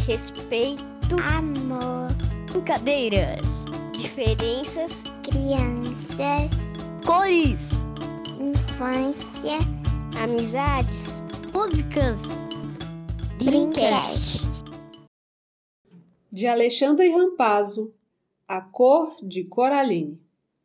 respeito, amor, brincadeiras, diferenças, crianças, cores, infância, amizades, músicas. Dreamcast. De Alexandre Rampazzo, A Cor de Coraline.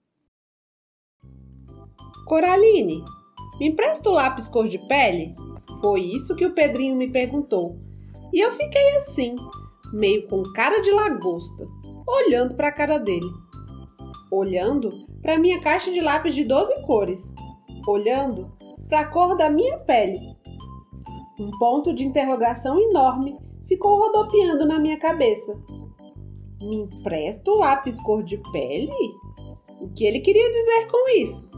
Coraline, me empresta o lápis cor de pele? Foi isso que o Pedrinho me perguntou. E eu fiquei assim, meio com cara de lagosta, olhando para a cara dele. Olhando para minha caixa de lápis de 12 cores. Olhando para a cor da minha pele. Um ponto de interrogação enorme ficou rodopiando na minha cabeça. Me empresta o lápis cor de pele? O que ele queria dizer com isso?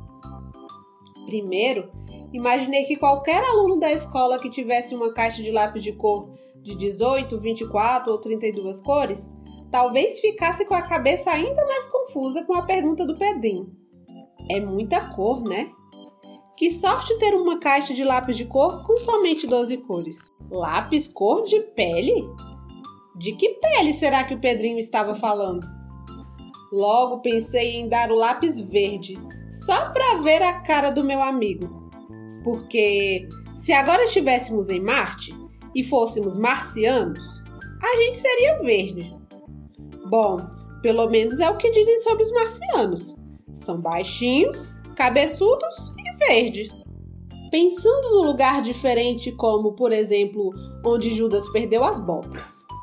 Primeiro, imaginei que qualquer aluno da escola que tivesse uma caixa de lápis de cor de 18, 24 ou 32 cores, talvez ficasse com a cabeça ainda mais confusa com a pergunta do Pedrinho. É muita cor, né? Que sorte ter uma caixa de lápis de cor com somente 12 cores. Lápis cor de pele? De que pele será que o Pedrinho estava falando? Logo pensei em dar o lápis verde, só para ver a cara do meu amigo. Porque se agora estivéssemos em Marte e fôssemos marcianos, a gente seria verde. Bom, pelo menos é o que dizem sobre os marcianos. São baixinhos, cabeçudos e verdes. Pensando num lugar diferente como, por exemplo, onde Judas perdeu as botas.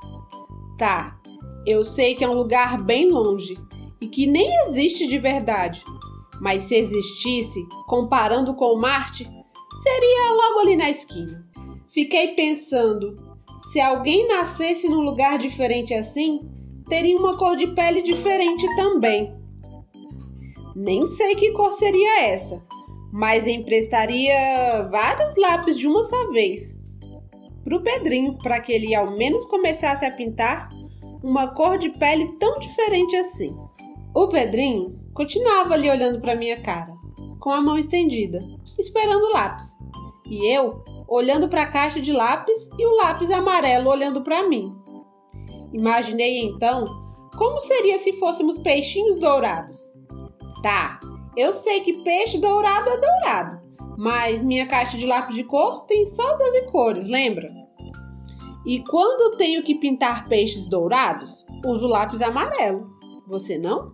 Tá, eu sei que é um lugar bem longe e que nem existe de verdade. Mas se existisse, comparando com Marte, seria logo ali na esquina. Fiquei pensando, se alguém nascesse num lugar diferente assim, teria uma cor de pele diferente também. Nem sei que cor seria essa, mas emprestaria vários lápis de uma só vez pro Pedrinho, para que ele ao menos começasse a pintar uma cor de pele tão diferente assim. O Pedrinho continuava ali olhando para minha cara, com a mão estendida, esperando o lápis. E eu olhando para a caixa de lápis e o lápis amarelo olhando para mim. Imaginei então como seria se fôssemos peixinhos dourados. Tá, eu sei que peixe dourado é dourado, mas minha caixa de lápis de cor tem só 12 cores, lembra? E quando tenho que pintar peixes dourados, uso lápis amarelo. Você não?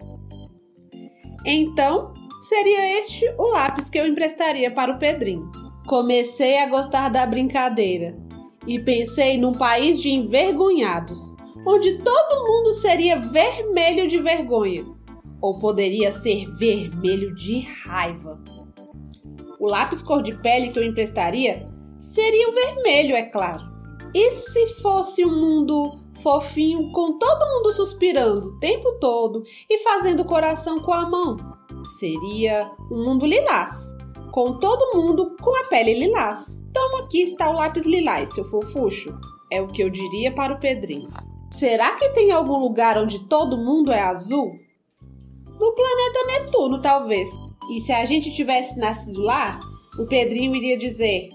Então, seria este o lápis que eu emprestaria para o Pedrinho. Comecei a gostar da brincadeira e pensei num país de envergonhados, onde todo mundo seria vermelho de vergonha, ou poderia ser vermelho de raiva. O lápis cor de pele que eu emprestaria seria o vermelho, é claro. E se fosse um mundo fofinho, com todo mundo suspirando o tempo todo e fazendo coração com a mão? Seria um mundo lilás, com todo mundo com a pele lilás. Toma, aqui está o lápis lilás, seu fofucho. É o que eu diria para o Pedrinho. Será que tem algum lugar onde todo mundo é azul? No planeta Netuno, talvez. E se a gente tivesse nascido lá, o Pedrinho iria dizer: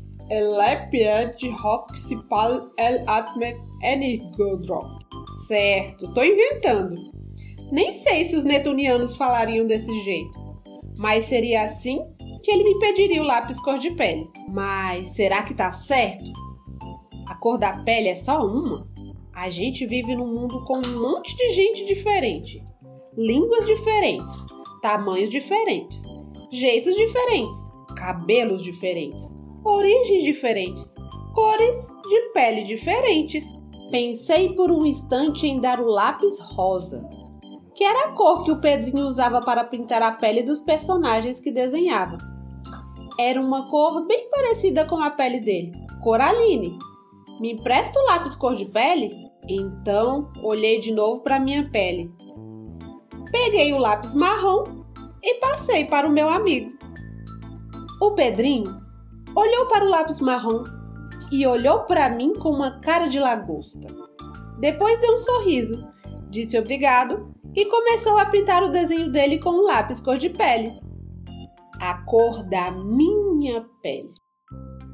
Certo, tô inventando. Nem sei se os netunianos falariam desse jeito. Mas seria assim que ele me pediria o lápis cor de pele. Mas será que tá certo? A cor da pele é só uma? A gente vive num mundo com um monte de gente diferente. Línguas diferentes, tamanhos diferentes, jeitos diferentes, cabelos diferentes, origens diferentes, cores de pele diferentes. Pensei por um instante em dar o lápis rosa, que era a cor que o Pedrinho usava para pintar a pele dos personagens que desenhava. Era uma cor bem parecida com a pele dele. Coraline, me empresta o lápis cor de pele? Então, olhei de novo para minha pele. Peguei o lápis marrom e passei para o meu amigo. O Pedrinho olhou para o lápis marrom e olhou para mim com uma cara de lagosta. Depois deu um sorriso, disse obrigado e começou a pintar o desenho dele com o lápis cor de pele. A cor da minha pele.